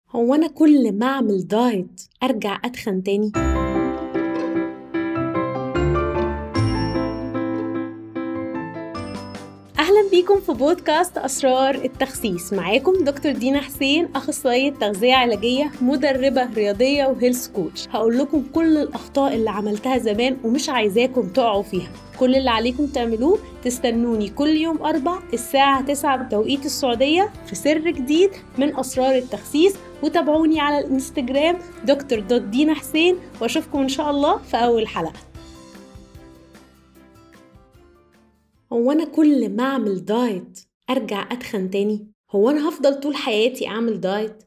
هو أنا كل ما أعمل دايت أرجع أتخن تاني؟ أهلا بيكم في بودكاست أسرار التخسيس. معاكم دكتور دينا حسين، أخصائية تغذية علاجية، مدربة رياضية وهيلث كوتش. هقول لكم كل الأخطاء اللي عملتها زمان ومش عايزاكم تقعوا فيها. كل اللي عليكم تعملوه تستنوني كل يوم 4 الساعة 9 بتوقيت السعودية في سر جديد من أسرار التخسيس، وتابعوني على الانستجرام دكتور دينا حسين، واشوفكم إن شاء الله في أول حلقة. هو أنا كل ما أعمل دايت أرجع أتخن تاني؟ هو أنا هفضل طول حياتي أعمل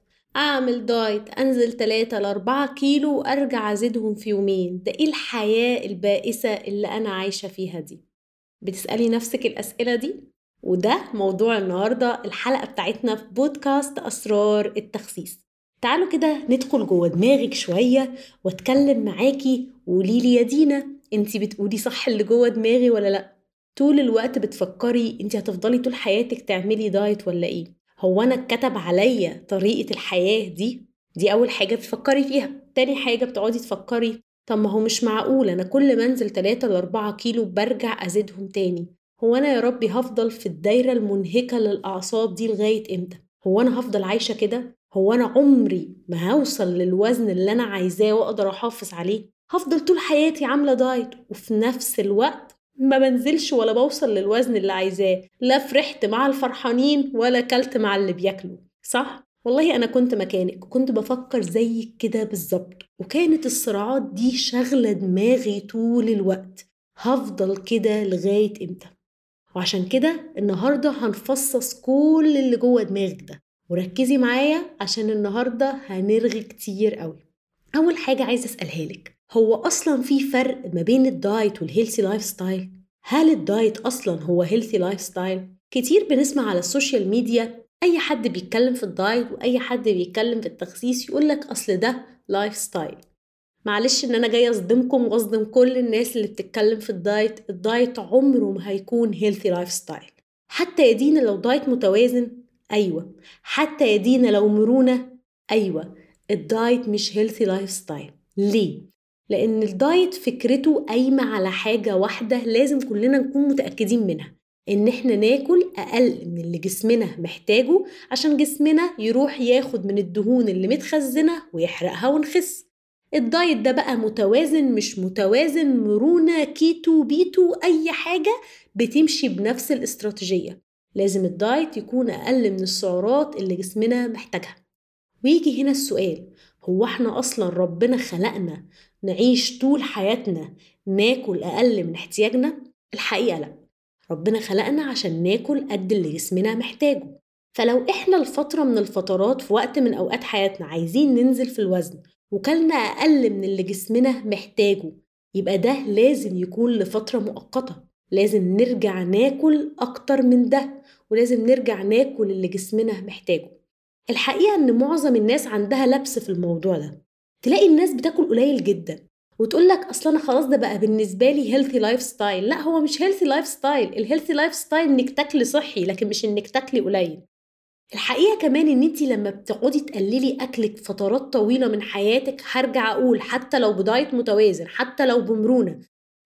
دايت أنزل 3-4 كيلو وأرجع أزيدهم في يومين؟ ده إيه الحياة البائسة اللي أنا عايشة فيها دي؟ بتسألي نفسك الأسئلة دي؟ وده موضوع النهاردة الحلقة بتاعتنا في بودكاست أسرار التخسيس. تعالوا كده ندخل جوه دماغك شوية واتكلم معاكي وقوليلي يا دينا، انتي بتقولي صح اللي جوه دماغي ولا لأ؟ طول الوقت بتفكري انتي هتفضلي طول حياتك تعملي دايت ولا ايه؟ هو انا اتكتب عليا طريقة الحياة دي اول حاجة بتفكري فيها. تاني حاجة بتقعدي تفكري، طب ما هو مش معقول انا كل ما انزل 3-4 كيلو برجع ازيدهم تاني. هو انا يا ربي هفضل في الدايرة المنهكة للأعصاب دي لغاية امتى؟ هو انا هفضل عايشة كده؟ هو انا عمري ما هوصل للوزن اللي انا عايزاه واقدر احافظ عليه؟ هفضل طول حياتي عاملة دايت وفي نفس الوقت ما بنزلش ولا بوصل للوزن اللي عايزاه، لا فرحت مع الفرحانين ولا كلت مع اللي بياكلوا، صح؟ والله أنا كنت مكانك وكنت بفكر زيك كده بالظبط، وكانت الصراعات دي شغلة دماغي طول الوقت. هفضل كده لغاية امتى؟ وعشان كده النهاردة هنفصص كل اللي جوه دماغك ده، وركزي معايا عشان النهاردة هنرغي كتير قوي. أول حاجة عايزة أسألها لك، هو أصلا في فرق ما بين الدايت والهيلثي لايف ستايل؟ هل الدايت أصلا هو هيلثي لايف ستايل؟ كتير بنسمع على السوشيال ميديا أي حد بيتكلم في الدايت وأي حد بيتكلم في التخسيس يقولك أصل ده لايف ستايل. معلش إن أنا جاية أصدمكم وأصدم كل الناس اللي بتتكلم في الدايت عمره ما هيكون هيلثي لايف ستايل. حتى يا دينا لو دايت متوازن، أيوة. حتى يا دينا لو مرونة، أيوة. الدايت مش هيلثي لايف ستايل. ليه؟ لأن الدايت فكرته قايمة على حاجة واحدة لازم كلنا نكون متأكدين منها، إن إحنا ناكل أقل من اللي جسمنا محتاجه عشان جسمنا يروح ياخد من الدهون اللي متخزنة ويحرقها ونخس. الدايت ده بقى متوازن مش متوازن، مرونة، كيتو، بيتو، أي حاجة بتمشي بنفس الاستراتيجية. لازم الدايت يكون أقل من السعرات اللي جسمنا محتاجها. ويجي هنا السؤال، هو احنا أصلا ربنا خلقنا نعيش طول حياتنا ناكل أقل من احتياجنا؟ الحقيقة لا، ربنا خلقنا عشان ناكل قد اللي جسمنا محتاجه. فلو احنا لفترة من الفترات في وقت من أوقات حياتنا عايزين ننزل في الوزن وكلنا أقل من اللي جسمنا محتاجه، يبقى ده لازم يكون لفترة مؤقتة. لازم نرجع ناكل أكتر من ده، ولازم نرجع ناكل اللي جسمنا محتاجه. الحقيقة إن معظم الناس عندها لبس في الموضوع ده. تلاقي الناس بتاكل قليل جدا وتقولك أصلا أنا خلاص ده بقى بالنسبة لي healthy لايف ستايل. لا، هو مش healthy لايف ستايل. الهيلثي لايف ستايل إنك تاكلي صحي، لكن مش إنك تاكلي قليل. الحقيقة كمان إن انتي لما بتقعدي تقللي أكلك فترات طويلة من حياتك، هرجع أقول حتى لو بدايت متوازن، حتى لو بمرونة،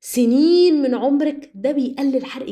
سنين من عمرك ده بيقلل حرق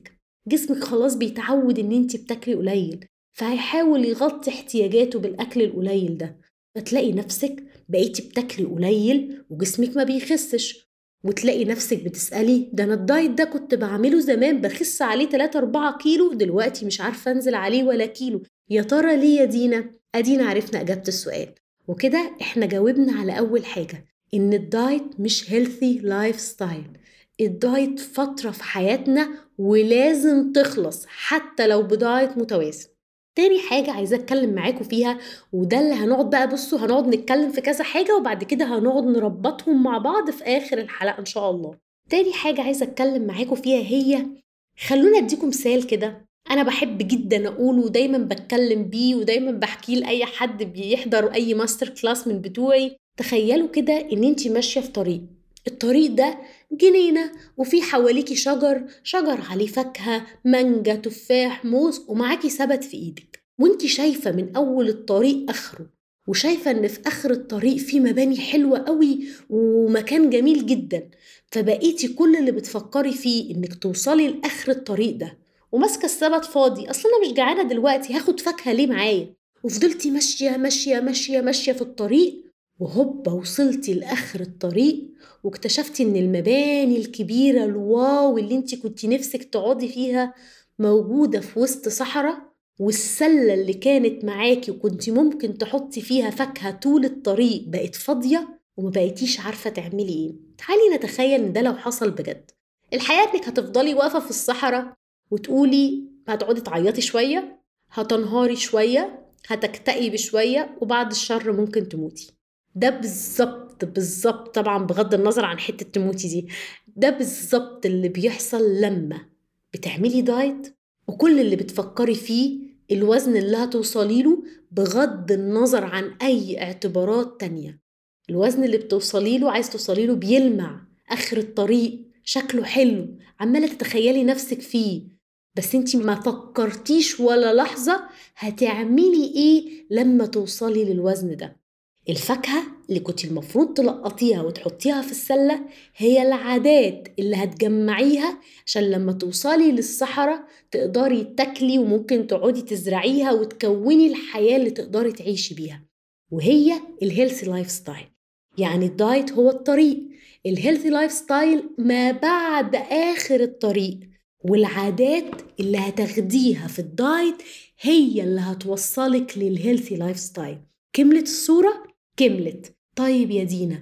جسمك خلاص بيتعود إن انتي بتاكلي قليل، فهيحاول يغطي احتياجاته بالأكل القليل ده. فتلاقي نفسك بقيتي بتاكلي قليل وجسمك ما بيخسش، وتلاقي نفسك بتسألي ده أنا الدايت ده كنت بعمله زمان بخس عليه 3-4 كيلو، دلوقتي مش عارفة أنزل عليه ولا كيلو. يا ترى ليه يا دينا؟ أدينا عرفنا إجابة السؤال، وكده إحنا جاوبنا على أول حاجة، إن الدايت مش healthy لايف ستايل. الدايت فترة في حياتنا ولازم تخلص حتى لو بدايت متوازن. تاني حاجة عايزة أتكلم معاكم فيها، وده اللي هنقعد بقى، بصوا هنقعد نتكلم في كذا حاجة وبعد كده هنقعد نربطهم مع بعض في آخر الحلقة إن شاء الله. تاني حاجة عايزة أتكلم معاكم فيها هي، خلونا أديكم مثال كده أنا بحب جدا أقوله ودايما بتكلم بيه ودايما بحكيه لأي حد بيحضر أي ماستر كلاس من بتوعي. تخيلوا كده إن انتي ماشية في الطريق ده جنينة وفي حواليكي شجر عليه فاكهة، مانجا، تفاح، موز، ومعاكي سبت في ايدك، وانتي شايفة من أول الطريق آخره، وشايفة إن في آخر الطريق في مباني حلوة قوي ومكان جميل جدا، فبقيتي كل اللي بتفكري فيه إنك توصلي لآخر الطريق ده، وماسكة السبت فاضي، أصلا أنا مش جعانة دلوقتي، هاخد فاكهة ليه معايا؟ وفضلتي ماشية ماشية ماشية ماشية في الطريق، وهوبا وصلتي لآخر الطريق، واكتشفتي إن المباني الكبيرة الواو اللي انتي كنتي نفسك تقعدي فيها موجودة في وسط صحراء، والسلة اللي كانت معاكي وكنتي ممكن تحطي فيها فاكهة طول الطريق بقت فاضية وما بقيتيش عارفة تعملي ايه. تعالي نتخيل ان ده لو حصل بجد، الحقيقة انك هتفضلي واقفة في الصحراء وتقولي، هتقعدي تعيطي شوية، هتنهاري شوية، هتكتئبي شوية، وبعد الشر ممكن تموتي. ده بالظبط طبعا بغض النظر عن حتة تموتي دي، ده بالظبط اللي بيحصل لما بتعملي دايت وكل اللي بتفكري فيه الوزن اللي هتوصلي له بغض النظر عن أي اعتبارات تانية. الوزن اللي بتوصلي له عايز توصلي له بيلمع آخر الطريق، شكله حلو، عمالة تتخيلي نفسك فيه، بس انتي ما فكرتيش ولا لحظة هتعملي ايه لما توصلي للوزن ده. الفاكهة اللي كنت المفروض تلقطيها وتحطيها في السلة هي العادات اللي هتجمعيها عشان لما توصلي للصحراء تقدري تاكلي وممكن تقعدي تزرعيها وتكوني الحياة اللي تقدري تعيشي بيها، وهي الهيلثي لايف ستايل. يعني الدايت هو الطريق، الهيلثي لايف ستايل ما بعد آخر الطريق، والعادات اللي هتاخديها في الدايت هي اللي هتوصلك للهيلثي لايف ستايل. كملت الصورة؟ كملت. طيب يا دينا،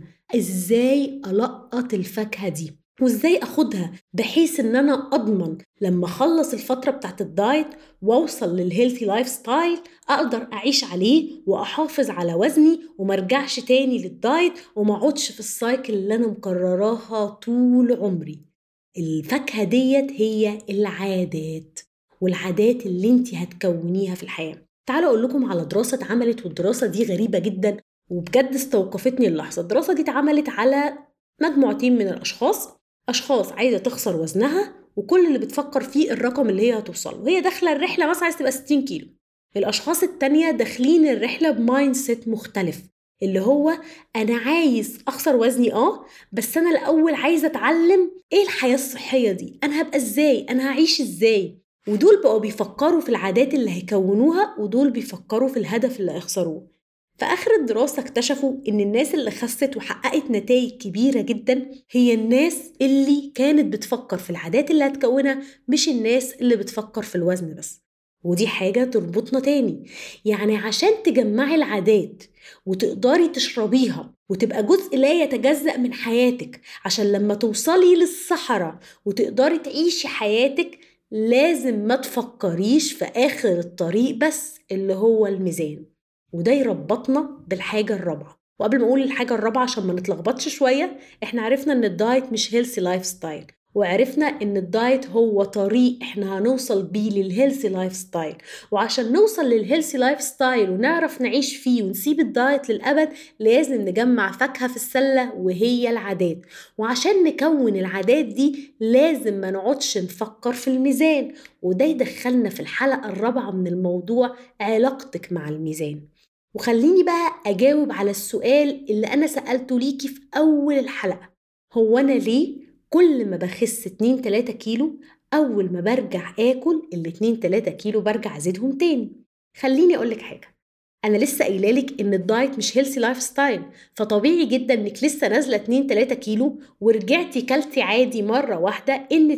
ازاي ألقط الفاكهة دي وازاي اخدها بحيث ان انا اضمن لما اخلص الفترة بتاعت الدايت واوصل للهيلثي لايف ستايل اقدر اعيش عليه واحافظ على وزني ومرجعش تاني للدايت وما اقعدش في السايكل اللي انا مكرراها طول عمري؟ الفاكهة ديت هي العادات، والعادات اللي انت هتكونيها في الحياة. تعالوا اقول لكم على دراسة اتعملت، والدراسة دي غريبة جدا وبجد استوقفتني اللحظة. الدراسة دي اتعملت على مجموعتين من الأشخاص، أشخاص عايزة تخسر وزنها وكل اللي بتفكر فيه الرقم اللي هي هتوصله، وهي داخلة الرحلة مثلا عايزة تبقى 60 كيلو. الأشخاص التانية داخلين الرحلة بمايند سيت مختلف، اللي هو أنا عايز أخسر وزني بس أنا الأول عايزة أتعلم إيه الحياة الصحية دي، أنا هبقى إزاي، أنا هعيش إزاي. ودول بقوا بيفكروا في العادات اللي هيكونوها، ودول بيفكروا في الهدف اللي هيخسروه. في آخر الدراسة اكتشفوا إن الناس اللي خست وحققت نتائج كبيرة جدا هي الناس اللي كانت بتفكر في العادات اللي هتكونها، مش الناس اللي بتفكر في الوزن بس. ودي حاجة تربطنا تاني، يعني عشان تجمعي العادات وتقدري تشربيها وتبقى جزء لا يتجزأ من حياتك عشان لما توصلي للصحراء وتقدري تعيشي حياتك، لازم ما تفكريش في آخر الطريق بس اللي هو الميزان. وده يربطنا بالحاجة الرابعة. وقبل ما أقول الحاجة الرابعة عشان ما نتلخبطش شوية، إحنا عرفنا إن الدايت مش هيلثي لايف ستايل، وعرفنا إن الدايت هو طريق إحنا هنوصل بيه للهيلثي لايف ستايل. وعشان نوصل للهيلثي لايف ستايل ونعرف نعيش فيه ونسيب الدايت للأبد، لازم نجمع فاكهة في السلة وهي العادات. وعشان نكون العادات دي لازم ما نقعدش نفكر في الميزان. وده يدخلنا في الحلقة الرابعة من الموضوع، علاقتك مع الميزان. وخليني بقى أجاوب على السؤال اللي أنا سألته ليكي في أول الحلقة، هو أنا ليه كل ما بخس 2-3 كيلو أول ما برجع آكل 2-3 كيلو برجع أزيدهم تاني؟ خليني أقولك حاجة، أنا لسه قايلالك إن الدايت مش هيلثي لايف ستايل، فطبيعي جدا إنك لسه نازلة 2-3 كيلو ورجعتي كلتي عادي مرة واحدة إن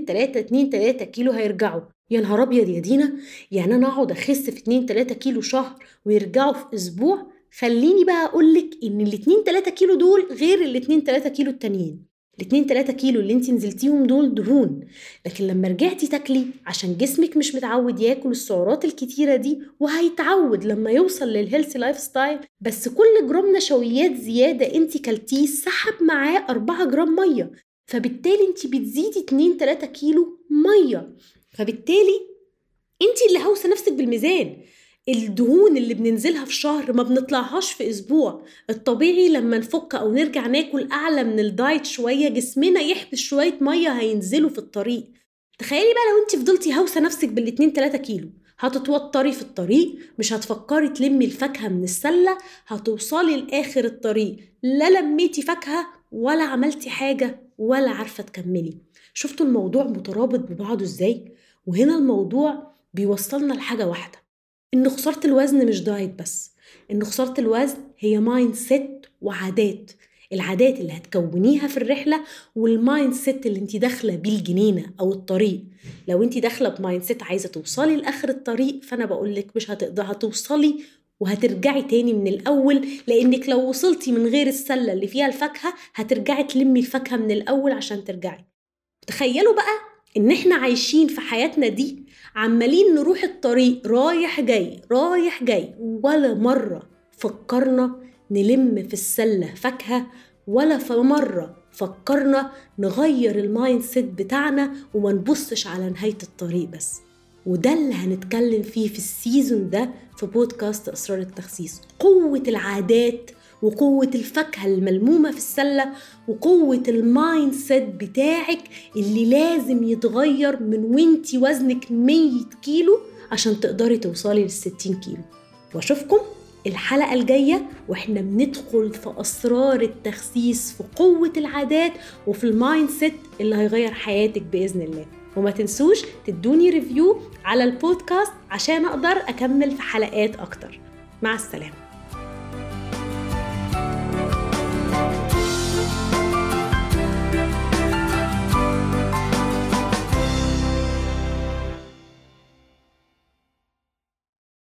2-3 كيلو هيرجعوا. يا نهار أبيض يا دينا، يعني أنا أقعد أخس في 2-3 كيلو شهر ويرجعوا في أسبوع؟ خليني بقى أقولك إن 2-3 كيلو دول غير 2-3 كيلو التانيين. 2-3 كيلو اللي انت نزلتيهم دول دهون، لكن لما رجعتي تاكلي عشان جسمك مش متعود ياكل السعرات الكتيرة دي، وهيتعود لما يوصل للهيلثي لايف ستايل، بس كل جرام نشويات زيادة انت كلتيه سحب معاه 4 جرام مية، فبالتالي انت بتزيدي 2-3 كيلو مية، فبالتالي انت اللي هوسه نفسك بالميزان. الدهون اللي بننزلها في شهر ما بنطلعهاش في اسبوع. الطبيعي لما نفك او نرجع ناكل اعلى من الدايت شوية جسمنا يحبس شوية مية هينزلوا في الطريق. تخيلي بقى لو انت فضلتي هوسه نفسك 2-3 كيلو، هتتوتري في الطريق، مش هتفكري تلمي الفاكهة من السلة، هتوصلي لآخر الطريق لا لميتي فاكهة ولا عملتي حاجة ولا عارفة تكملي. شفتوا الموضوع مترابط ببعضه ازاي؟ وهنا الموضوع بيوصلنا لحاجة واحدة، إن خسارة الوزن مش دايت بس، إن خسارة الوزن هي مايند سيت وعادات، العادات اللي هتكونيها في الرحلة والمايند سيت اللي انت داخلة بيه الجنينة أو الطريق. لو انت داخلة بمايند سيت عايزة توصلي لآخر الطريق، فأنا بقولك مش هتقدر هتوصلي وهترجعي تاني من الأول، لأنك لو وصلتي من غير السلة اللي فيها الفاكهة هترجعي تلمي الفاكهة من الأول عشان ترجعي. تخيلوا بقى إن احنا عايشين في حياتنا دي عمالين نروح الطريق رايح جاي رايح جاي، ولا مرة فكرنا نلم في السلة فاكهة، ولا في مرة فكرنا نغير المايند سيت بتاعنا وما نبصش على نهاية الطريق بس. وده اللي هنتكلم فيه في السيزون ده في بودكاست أسرار التخسيس، قوة العادات وقوة الفاكهة الملمومة في السلة وقوة المايند سيت بتاعك اللي لازم يتغير من وانتي وزنك 100 كيلو عشان تقدري توصلي لل60 كيلو. واشوفكم الحلقة الجاية واحنا بندخل في أسرار التخسيس في قوة العادات وفي المايند سيت اللي هيغير حياتك بإذن الله. وما تنسوش تدوني ريفيو على البودكاست عشان أقدر أكمل في حلقات أكتر. مع السلامة.